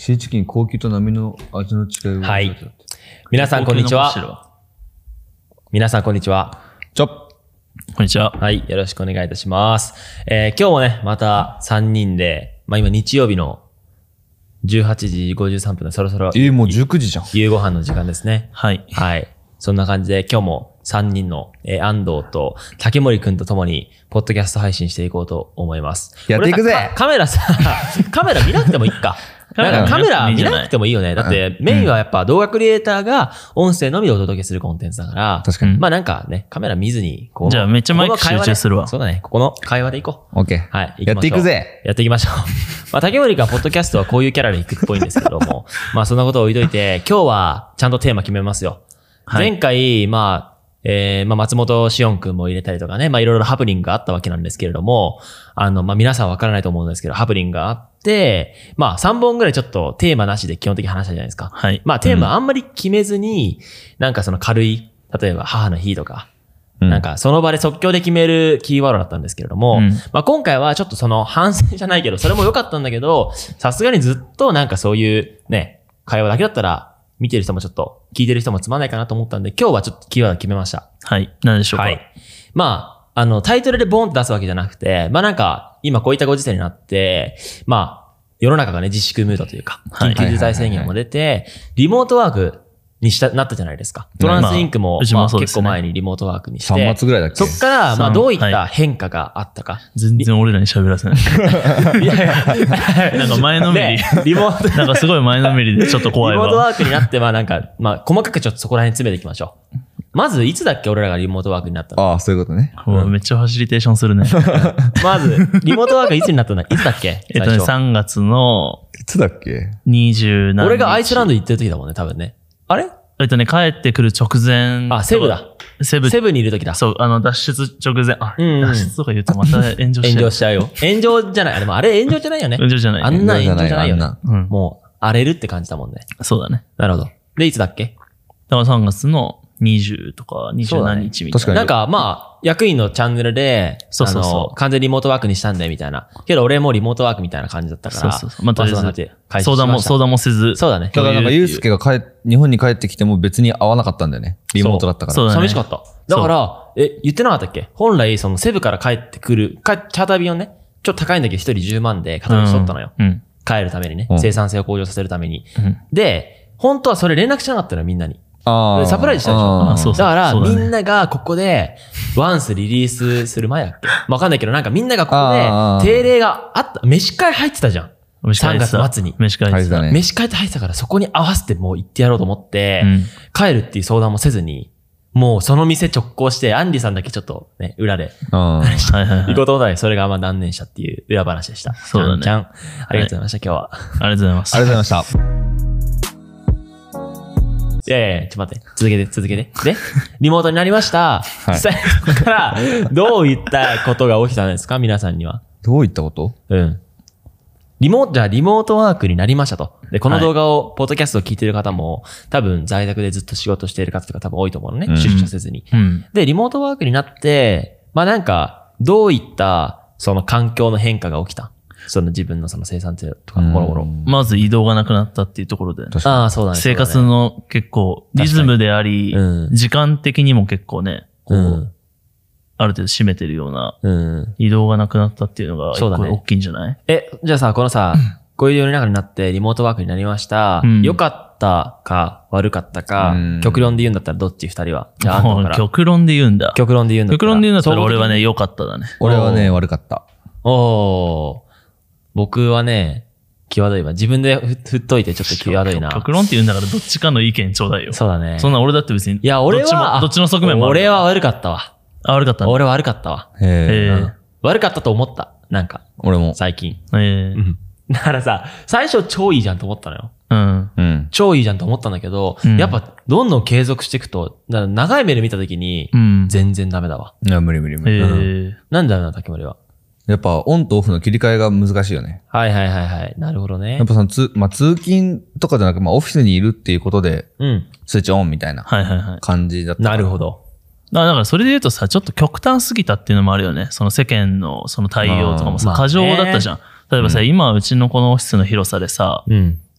シーチキン高級と並の味の違いを。 はい。皆さんこんにちは。皆さんこんにちは。 こんにちは。 はい。よろしくお願いいたします。今日もね、また3人で、今日曜日の18時53分でそろそろ。 もう19時じゃん。 夕ご飯の時間ですね。 はい。 はい。そんな感じで今日も3人の、安藤と竹森くんと共に、ポッドキャスト配信していこうと思います。 やっていくぜ。 カメラ見なくてもいいか。カメラ見なくてもいいよね。だって、メインはやっぱ動画クリエイターが音声のみでお届けするコンテンツだから。 確かに。 まあなんかね、カメラ見ずに、 じゃあめっちゃマイク集中するわ。 そうだね。ここの会話でいこう。 オッケー。 はい。 やっていくぜ。 やっていきましょう。まあ竹森くんはポッドキャストはこういうキャラで行くっぽいんですけども。まあそんなことを置いといて、今日はちゃんとテーマ決めますよ。前回、松本しおんくんも入れたりとかね、まあいろいろハプニングがあったわけなんですけれども、皆さんわからないと思うんですけど、ハプニングがあって、まあ3本ぐらいちょっとテーマなしで基本的に話したじゃないですか。 はい。 まあテーマあんまり決めずに、なんかその軽い、例えば母の日とか、なんかその場で即興で決めるキーワードだったんですけれども、まあ今回はちょっとその反省じゃないけど、それも良かったんだけど、さすがにずっとなんかそういうね、会話だけだったら、見てる人もちょっと、聞いてる人もつまんないかなと思ったんで、今日はちょっとキーワード決めました。 はい。何でしょうか。 はい。まあ、タイトルでボーンって出すわけじゃなくて、まあなんか、今こういったご時世になって、まあ、世の中がね、自粛ムードというか、緊急事態宣言も出て、リモートワークになったじゃないですか。トランスインクも、結構前にリモートワークにして。 3月ぐらいだっけ。 そっから、まあどういった変化があったか。 全然俺らに喋らせない。いやなんか前のめり。リモート。なんかすごい前のめりでちょっと怖いわ。 リモートワークになって、まあなんか、まあ細かくちょっとそこら辺詰めていきましょう。まず、いつだっけ俺らがリモートワークになったの？ ああ、そういうことね。 めっちゃファシリテーションするね。 まず、リモートワークいつになったの？いつだっけ ？3月の。 いつだっけ ？27日。 俺がアイスランド行ってる時だもんね、多分ね。あれ？ 帰ってくる直前。 あ、セブだ。セブにいる時だ。 そう、脱出直前。脱出とか言うとまた炎上しちゃう。 炎上しちゃうよ。炎上じゃない。でもあれ炎上じゃないよね。 炎上じゃない。 あんな炎上じゃないよね。もう、荒れるって感じだもんね。 そうだね。 なるほど。で、いつだっけ？ だから3月の20とか27日みたいな。 なんかまあ、役員のチャンネルで、完全リモートワークにしたんだよみたいな。けど俺もリモートワークみたいな感じだったから。 まあ、とりあえず、相談もせず。 そうだね。 だからなんか、ゆうすけが日本に帰ってきても別に会わなかったんだよね。リモートだったから。 そうだね。 寂しかった。だから、言ってなかったっけ？本来、そのセブから帰ってくる、チャーター便をね、ちょっと高いんだけど一人10万で片道取ったのよ。帰るためにね。生産性を向上させるために。で、本当はそれ連絡しなかったのよ、みんなに。サプライズしたでしょ。だから、みんながここで、ワンスリリースする前だっけ？わかんないけど、なんかみんながここで、定例があった。飯会入ってたじゃん。3月末に。 飯会ってたね。 飯会って入ってたから、そこに合わせてもう行ってやろうと思って、帰るっていう相談もせずに、もうその店直行して、アンディさんだけちょっとね、裏で。行こうと思ったら、それがまあ断念したっていう裏話でした。 そうだね。 ちゃん、ありがとうございました、今日は。 ありがとうございます。 ありがとうございました。 いや、ちょっと待って。続けて。で、リモートになりました。最初から、どういったことが起きたんですか？皆さんには。 どういったこと？ リモートワークになりましたと。で、この動画を、ポッドキャストを聞いてる方も、多分在宅でずっと仕事している方とか多分多いと思うのね。出社せずに。で、リモートワークになって、まあなんか、どういった、その環境の変化が起きた？その自分のその生産性とか、もろもろ。 まず移動がなくなったっていうところで。 ああ、そうだね。 生活の結構、リズムであり、時間的にも結構ね、ある程度占めてるような、移動がなくなったっていうのが、大きいんじゃない？ じゃあさ、このさ、こういう世の中になってリモートワークになりました。良かったか、悪かったか、極論で言うんだったらどっち二人は？じゃあ、 極論で言うんだ。 極論で言うんだったら俺はね、良かっただね。 俺はね、悪かった。 僕はね、際どいわ。自分で振っといてちょっと際どいな。 極論って言うんだからどっちかの意見ちょうだいよ。 そうだね。 そんな俺だって別に。 いや、俺は、 どっちの側面もある。 俺は悪かったわ。 悪かった俺は悪かったわ。悪かったと思った。なんか。 俺も。 最近。だからさ、最初超いいじゃんと思ったのよ。超いいじゃんと思ったんだけど、やっぱどんどん継続していくと、長い目で見たときに、全然ダメだわ。 いや、無理。 なんだろうな、竹森は。 やっぱオンとオフの切り替えが難しいよね。 はい。なるほどね。 やっぱその通勤とかじゃなく、オフィスにいるっていうことで、スイッチオンみたいな感じだった。 なるほど。 だからそれで言うとさ、ちょっと極端すぎたっていうのもあるよね。その世間のその対応とかもさ、過剰だったじゃん。例えばさ、今うちのこのオフィスの広さでさ、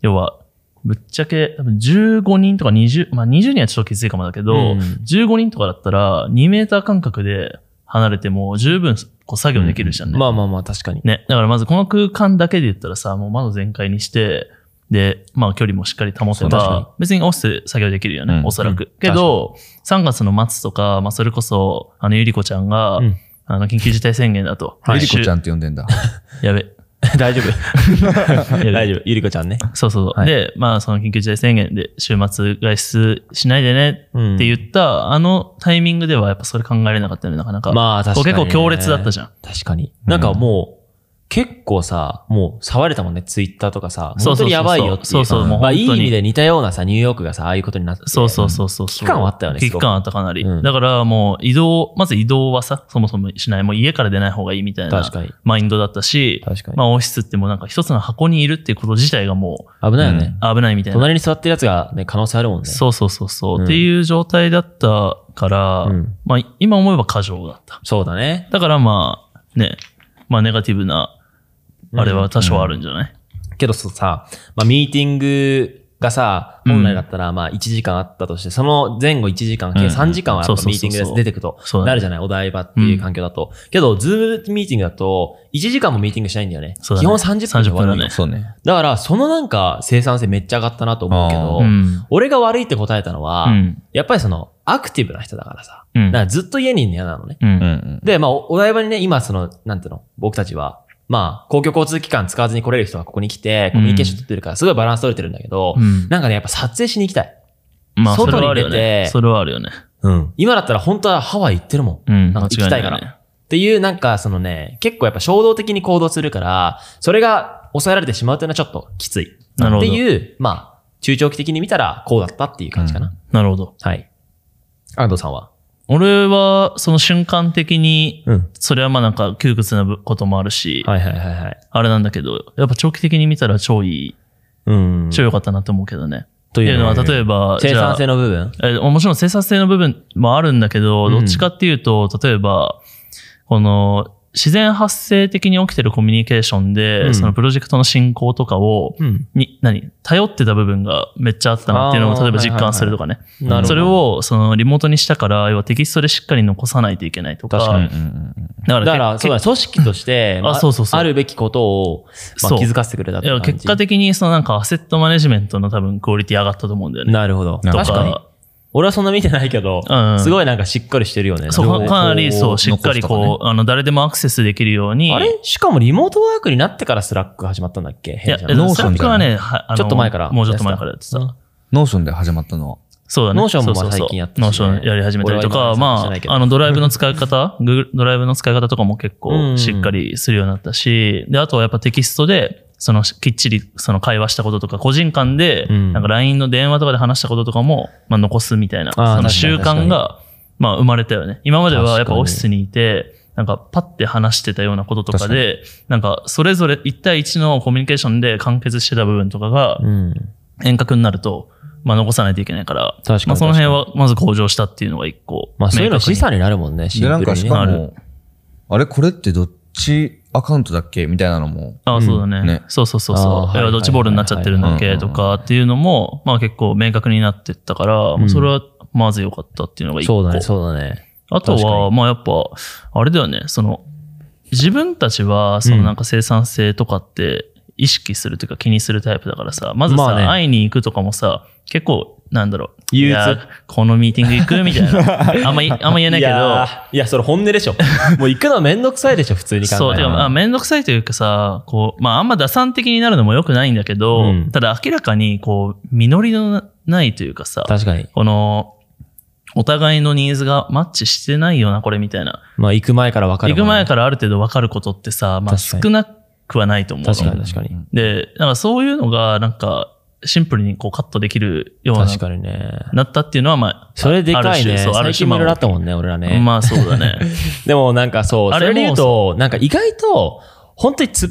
要は、ぶっちゃけ、多分15人とか20、まあ20人はちょっときついかもだけど、15人とかだったら2メーター間隔で離れても十分こう作業できるじゃんね。 まあ確かに。 ね。だからまずこの空間だけで言ったらさ、もう窓全開にして、で、まあ距離もしっかり保てば、別にオフィスで作業できるよね、おそらく。けど、3月の末とか、まあそれこそ、ゆりこちゃんが、緊急事態宣言だと。 ゆりこちゃんって呼んでんだ。 やべ。 大丈夫。大丈夫。ゆりこちゃんね。 そう。で、まあその緊急事態宣言で週末外出しないでねって言った、あのタイミングではやっぱそれ考えれなかったよね、なかなか。 まあ確かに、 結構強烈だったじゃん。 確かに。なんかもう、結構さ、もう騒いでたもんね、ツイッターとかさ、本当にやばいよっていう。もうまあいい意味で似たようなさ、ニューヨークがさ、ああいうことになって。 そう。 危機感はあったよね、 危機感あったかなり。だからもうまず移動はさ、そもそもしない。もう家から出ない方がいいみたいなマインドだったし、まあオフィスってもうなんか一つの箱にいるっていうこと自体がもう、危ないよね。 危ないみたいな。 隣に座ってるやつがね、可能性あるもんね。 そう。っていう状態だったから、まあ今思えば過剰だった。 そうだね。 だからまあ、ね、まあネガティブな、あれは多少あるんじゃない、 けどさ、まあミーティングがさ、本来だったらまあ1時間あったとして、その前後1時間、計3時間はやっぱミーティングで出てくとなるじゃない、お台場っていう環境だと。けど、ズームミーティングだと、1時間もミーティングしないんだよね。基本30分で終わるね。 そうね。 だから、そのなんか生産性めっちゃ上がったなと思うけど、俺が悪いって答えたのは、やっぱりその、アクティブな人だからさ、だからずっと家にいるの嫌なのね。で、まあ、お台場にね、今その、なんていうの、僕たちは、まあ、公共交通機関使わずに来れる人がここに来て、コミュニケーション取ってるから、すごいバランス取れてるんだけど、なんかね、やっぱ撮影しに行きたい。 まあ、 外に出て、 それはあるよね。 今だったら本当はハワイ行ってるもん。なんか行きたいから。っていう、なんかそのね、結構やっぱ衝動的に行動するから、それが抑えられてしまうというのはちょっときつい。っていう、まあ、中長期的に見たらこうだったっていう感じかな。 なるほど。 はい。安藤さんは俺は、その瞬間的に、それはまあなんか窮屈なこともあるし、あれなんだけど、やっぱ長期的に見たら超いい、超良かったなと思うけどね。 というのは、 例えば、 生産性の部分もちろん生産性の部分もあるんだけど、どっちかっていうと、例えば、この、自然発生的に起きてるコミュニケーションで、そのプロジェクトの進行とかを、頼ってた部分がめっちゃあったなっていうのを例えば実感するとかね。それをそのリモートにしたから、要はテキストでしっかり残さないといけないとか。 確かに。だからそうだ、組織として、あるべきことを気づかせてくれたって感じ。 結果的にそのなんかアセットマネジメントの多分クオリティ上がったと思うんだよね。 なるほど。確かに。俺はそんな見てないけど、すごいなんかしっかりしてるよね。 そう、かなりそう、しっかりこう、誰でもアクセスできるように。 あれしかもリモートワークになってからスラック始まったんだっけ？ いや、スラックはね、 ちょっと前から。 もうちょっと前からやってた。 ノーションで始まったのは。 そうだね。 ノーションも最近やってた。 ノーションやり始めたりとか、まあ、ドライブの使い方、Google ドライブの使い方とかも結構しっかりするようになったし、で、あとはやっぱテキストで、きっちり会話したこととか、個人間で、なんか LINE の電話とかで話したこととかも、まあ残すみたいな、その習慣が、まあ生まれたよね。今まではやっぱオフィスにいて、なんかパッて話してたようなこととかで、なんかそれぞれ1対1のコミュニケーションで完結してた部分とかが、遠隔になると、まあ残さないといけないから、まあその辺はまず向上したっていうのが一個。 まあそういうの資産になるもんね、シンプルに。 で、なんかしかも、あれこれってどっちアカウントだっけみたいなのも。 ああ、そうだね。そう。ドッジボールになっちゃってるんだっけとかっていうのも、まあ結構明確になってったから、それはまず良かったっていうのが一個。 そうだね。 あとは、まあやっぱ、あれだよね、自分たちは、なんか生産性とかって意識するというか気にするタイプだからさ、まずさ、会いに行くとかもさ、結構、なんだろう。いや、このミーティング行くみたいな。あんま言えないけど。 いや、それ本音でしょ。もう行くのめんどくさいでしょ、普通に考えたら。 そう、でもめんどくさいというかさ、まああんま打算的になるのも良くないんだけど、ただ明らかに実りのないというかさ、 確かに。 お互いのニーズがマッチしてないよな、これみたいな。 まあ行く前から分かる。 行く前からある程度分かることってさ、まあ少なくはないと思う。 確かに。 で、なんかそういうのが、なんか、シンプルにカットできるような。 確かにね。 なったっていうのは、まあ、 それでかいね。最近もいろいろあったもんね、俺らね。 まあそうだね。 でもなんかそう、それで言うと、なんか意外と、本当に突っ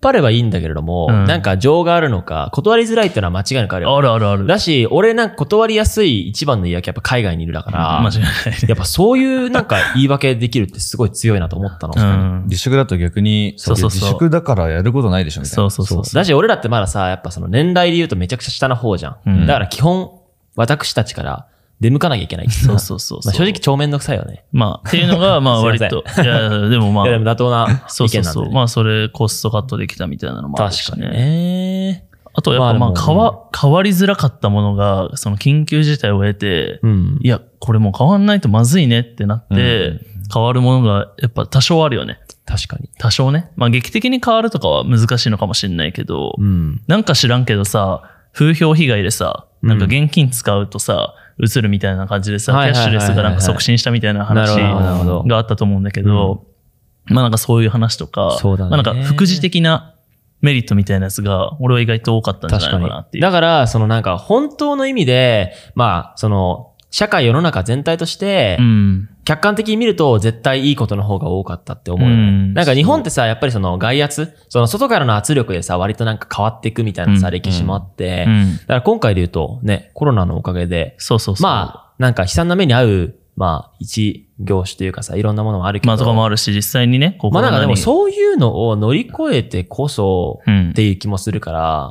張ればいいんだけれども、なんか情があるのか、断りづらいってのは間違いなくあるよ。 あるあるある。 だし、俺なんか断りやすい一番の言い訳やっぱ海外にいるだから、 間違いない。 やっぱそういうなんか言い訳できるってすごい強いなと思ったの。 自粛だと逆に、自粛だからやることないでしょみたいな。 そう。 だし俺らってまださ、やっぱその年代で言うとめちゃくちゃ下の方じゃん。だから基本、私たちから出向かなきゃいけない。 そう。まあ正直超めんどくさいよね。 まあ、っていうのが、まあ割と。いや、でもまあ。 いや、でも妥当な意見なんで。 そう。まあそれコストカットできたみたいなのもあるしね。 確かにね。 あとやっぱまあ変わりづらかったものが、その緊急事態を得て、いや、これもう変わんないとまずいねってなって、変わるものがやっぱ多少あるよね。 確かに。 多少ね。まあ劇的に変わるとかは難しいのかもしれないけど、なんか知らんけどさ、風評被害でさ、なんか現金使うとさ、映るみたいな感じでさ、キャッシュレスがなんか促進したみたいな話があったと思うんだけど、まあなんかそういう話とか、まあなんか副次的なメリットみたいなやつが、俺は意外と多かったんじゃないかなっていう。 だから、そのなんか本当の意味で、まあその、社会世の中全体として、客観的に見ると絶対いいことの方が多かったって思うよね。なんか日本ってさ、やっぱりその外圧、その外からの圧力でさ、割となんか変わっていくみたいなさ、歴史もあって、だから今回で言うとね、コロナのおかげで、まあ、なんか悲惨な目に遭う、まあ、一業種というかさ、いろんなものもあるけど。 まあとかもあるし、実際にね、 まあなんかでもそういうのを乗り越えてこそっていう気もするから、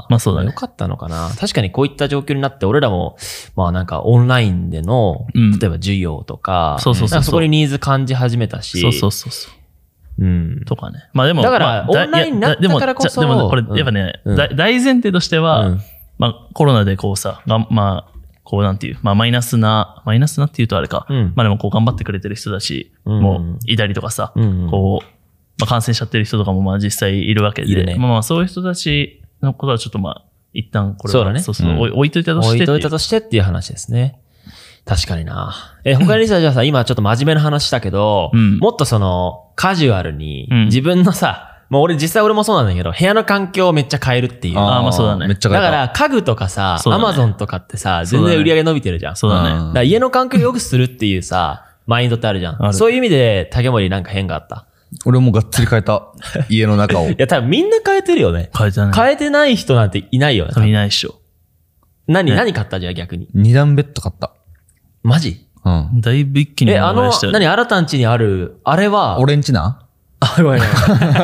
まあそうだね。 よかったのかな。確かにこういった状況になって、俺らも、まあなんかオンラインでの、例えば授業とか、そこにニーズ感じ始めたし。 とかね。まあでも、 だから、オンラインになったからこそ。 でもこれ、やっぱね、大前提としては、まあコロナでこうさ、まあ、こうなんていう、まあマイナスなって言うとあれか。まあでもこう頑張ってくれてる人たちもいたりとかさ、こう、まあ感染しちゃってる人とかもまあ実際いるわけで、まあそういう人たちのことはちょっとまあ、一旦これは、そうだね。置いといたとして。 置いといたとしてっていう話ですね。確かにな。他にさ、じゃあさ、今ちょっと真面目な話したけど、もっとその、カジュアルに、自分のさ、もう実際俺もそうなんだけど、部屋の環境をめっちゃ変えるっていう。 まあそうだね。 めっちゃ変えた。 だから家具とかさ、アマゾンとかってさ、全然売り上げ伸びてるじゃん。 そうだね。だから家の環境を良くするっていうさ、マインドってあるじゃん。そういう意味で、竹森なんか変があった。 俺もがっつり変えた。家の中を。 いや、多分みんな変えてるよね。 変えてない。 変えてない人なんていないよね。 いないっしょ。 何買ったじゃあ逆に。 二段ベッド買った。 マジ？ だいぶ一気に何新たん家にある、あれは。 俺んちな？ ごめん。こ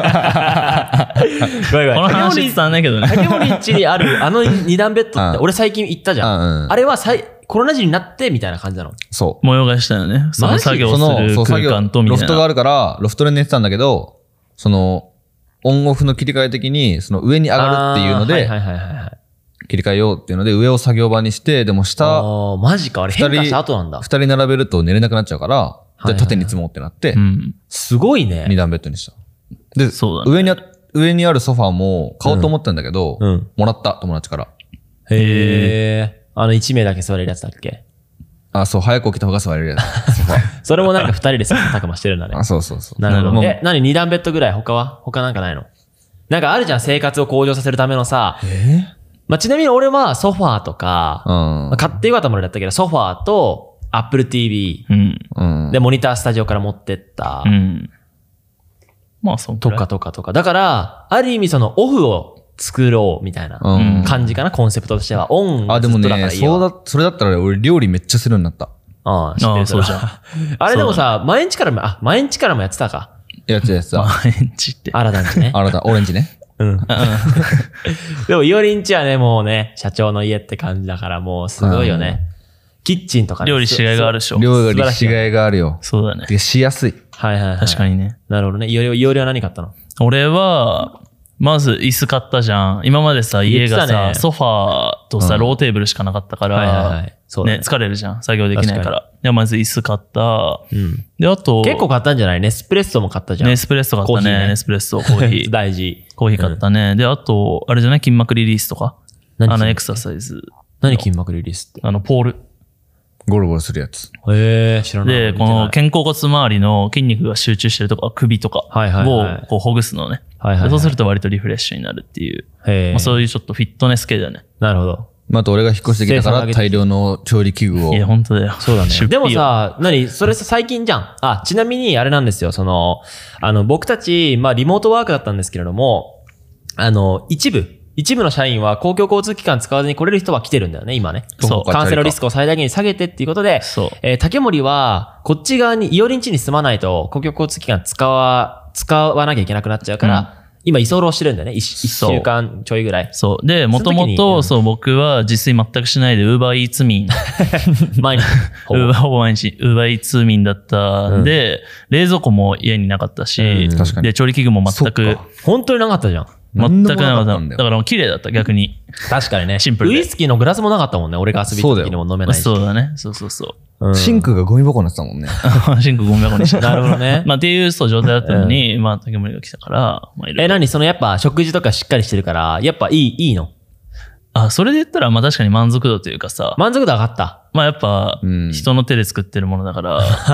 の話伝わんないけどね。 竹森ん家にある、二段ベッドって、俺最近行ったじゃん。あれはコロナ時になってみたいな感じなの。 そう。 模様替えしたよね。その作業する空間とみたいな。 ロフトがあるから、ロフトで寝てたんだけど、その、オンオフの切り替え的に、その上に上がるっていうので、切り替えようっていうので、上を作業場にして、でも下、 マジか、あれ変化した後なんだ。 二人並べると寝れなくなっちゃうから、で、縦に積もうってなって、 すごいね。 二段ベッドにした。で、上にあるソファーも買おうと思ったんだけど、もらった、友達から。 へー。1名だけ座れるやつだっけ？ そう、早く起きた方が座れるやつ。 それもなんか2人でたくましてるんだね。 そう。 なるほど。何2段ベッドぐらい他なんかないの？なんかあるじゃん、生活を向上させるためのさ。まあ、ちなみに俺はソファーとか、買ってよかったものだったけど、ソファーと Apple TV、で、モニタースタジオから持ってった。 まあ、そんとか。だから、ある意味そのオフを作ろうみたいな感じかな、コンセプトとしては。オンでもね、それだったら俺料理めっちゃするようになった。 知ってるそうじゃん。あれでもさ、毎日からもやってたか。 やってた。 毎日って。 新たんちね。 オレンジね。 でも、イオリンちはね、もうね、社長の家って感じだから、もうすごいよね。キッチンとかね。 料理しがいがあるでしょ。 料理しがいがあるよ。 そうだね。 しやすい。 確かにね。 なるほどね。イオリは何買ったの？ 俺は、まず椅子買ったじゃん。今までさ、家がさ、ソファーとさ、ローテーブルしかなかったから、ね、疲れるじゃん。作業できないから。で、まず椅子買った。で、あと。 結構買ったんじゃない？ネスプレッソも買ったじゃん。 ネスプレッソ買ったね。ネスプレッソ、コーヒー。 大事。 コーヒー買ったね。で、あと、あれじゃない？筋膜リリースとか。エクササイズ。 何筋膜リリースって？ ポール。 ゴロゴロするやつ。 知らない。 で、この肩甲骨周りの筋肉が集中してるとか、首とかをこうほぐすのね。そうすると割とリフレッシュになるっていう。まあ、そういうちょっとフィットネス系だよね。 なるほど。 あと俺が引っ越してきたから大量の調理器具を。 いや、本当だよ。 そうだね。でもさ、それさ、最近じゃん。ちなみにあれなんですよ。僕たち、まあリモートワークだったんですけれども、 一部の社員は公共交通機関使わずに来れる人は来てるんだよね、今ね。 そう。 感染のリスクを最大限に下げてっていうことで、竹森は、こっち側に、伊織んちに住まないと、公共交通機関使わなきゃいけなくなっちゃうから、今居候してるんだよね。一週間ちょいぐらい。 そう。で、もともと、そう、僕は自炊全くしないで、ウーバーイーツ民。 毎日。 ほぼ毎日、ウーバーイーツ民だったんで、冷蔵庫も家になかったし、で、調理器具も全く。 本当になかったじゃん。 全くなかった。だからもう綺麗だった、逆に。 確かにね。 シンプルで。 ウイスキーのグラスもなかったもんね。俺が遊びに行った時にも飲めないし。 そうだね。そうそうそう。 シンクがゴミ箱になってたもんね。 シンクゴミ箱にした。 なるほどね。 まあっていう状態だったのに、まあ竹森が来たから、 何そのやっぱ食事とかしっかりしてるから、やっぱいいの？ それで言ったら、まあ確かに満足度というかさ。 満足度上がった。 まあやっぱ、人の手で作ってるものだから、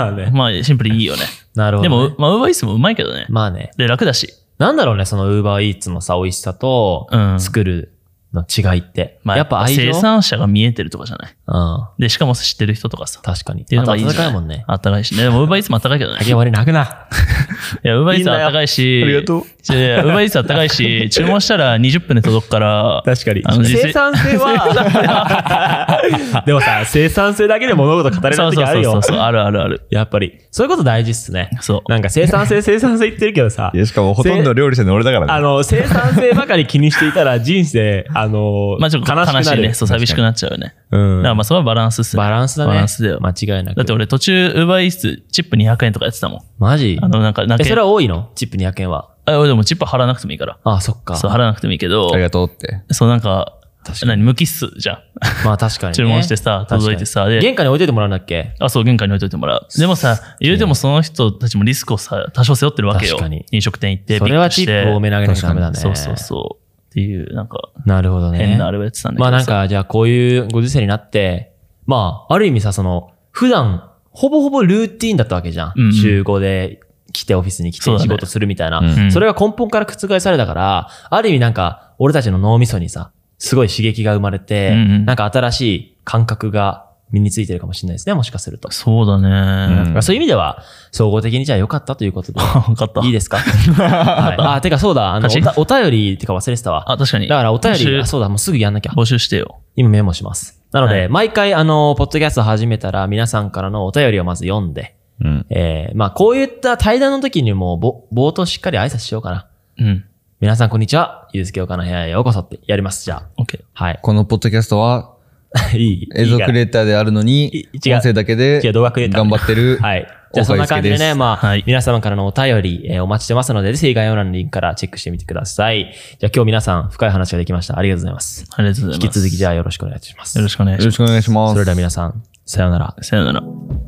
まあシンプルにいいよね。 なるほど。 でも、まあウーバーイーツもうまいけどね。 まあね。 で、楽だし。 なんだろうね、そのウーバーイーツのさ、美味しさと、作るの違いって。 まあ、やっぱ生産者が見えてるとかじゃない。で、しかも知ってる人とかさ。 確かに。 っていうのがいいじゃん。 暖かいもんね。 暖かいしね。でもウーバーイーツも暖かいけどね。 竹割り泣くな。 いや、ウーバーイーツは暖かいし。 ありがとう。 ウーバーイーツは暖かいし、注文したら20分で届くから。 確かに。生産性は、でもさ、生産性だけで物事語れない時あるよ。 そう、ある。 やっぱり。そういうこと大事っすね。 そう。 なんか生産性言ってるけどさ。 いや、しかもほとんど料理してるの俺だからね。 生産性ばかり気にしていたら人生、 まあちょっと悲しいね。そう、寂しくなっちゃうよね。だからまあそれはバランスっすね。 バランスだね。 バランスだよ。 間違いなく。 だって俺途中、ウーバーイーツ、チップ200円とかやってたもん。 マジ？ なんか、 それは多いの？チップ200円は。 でもチップ払わなくてもいいから。 あ、そっか。 そう、払わなくてもいいけど。 ありがとうって。 そう、なんか、無機質じゃん。 まあ確かにね。 注文してさ、届いてさ。 玄関に置いといてもらうんだっけ？ そう、玄関に置いといてもらう。でもさ、言うてもその人たちもリスクをさ、多少背負ってるわけよ。 確かに。 飲食店行って、 それはチップ多め投げなきゃダメだね。 そう。っていう、なんか。 なるほどね。 変なあれをやってたんだけど。 まあなんか、じゃあこういうご時世になって、まあ、ある意味さ、普段、ほぼほぼルーティーンだったわけじゃん。週5で来てオフィスに来て仕事するみたいな。それが根本から覆されたから、ある意味なんか、俺たちの脳みそにさ、すごい刺激が生まれて、なんか新しい感覚が身についてるかもしれないですね、もしかすると。 そうだね。 そういう意味では、総合的にじゃあ良かったということで。 良かった。 いいですか？はい。てかそうだ、お便りってか忘れてたわ。 確かに。 だからお便り、そうだ、もうすぐやんなきゃ。 募集してよ。 今メモします。なので、毎回ポッドキャスト始めたら皆さんからのお便りをまず読んで、まあこういった対談の時にも冒頭しっかり挨拶しようかな。皆さんこんにちは。ゆうすけおかの部屋へようこそってやります。じゃあ。 OK。 はい。 このポッドキャストは、映像クリエイターであるのに、音声だけで頑張ってる。 はい。じゃあそんな感じでね、まあ、皆様からのお便り、お待ちしてますので、ぜひ概要欄のリンクからチェックしてみてください。じゃあ今日皆さん深い話ができました。ありがとうございます。 ありがとうございます。 引き続きじゃあよろしくお願いします。 よろしくお願いします。 よろしくお願いします。 それでは皆さん、さようなら。 さようなら。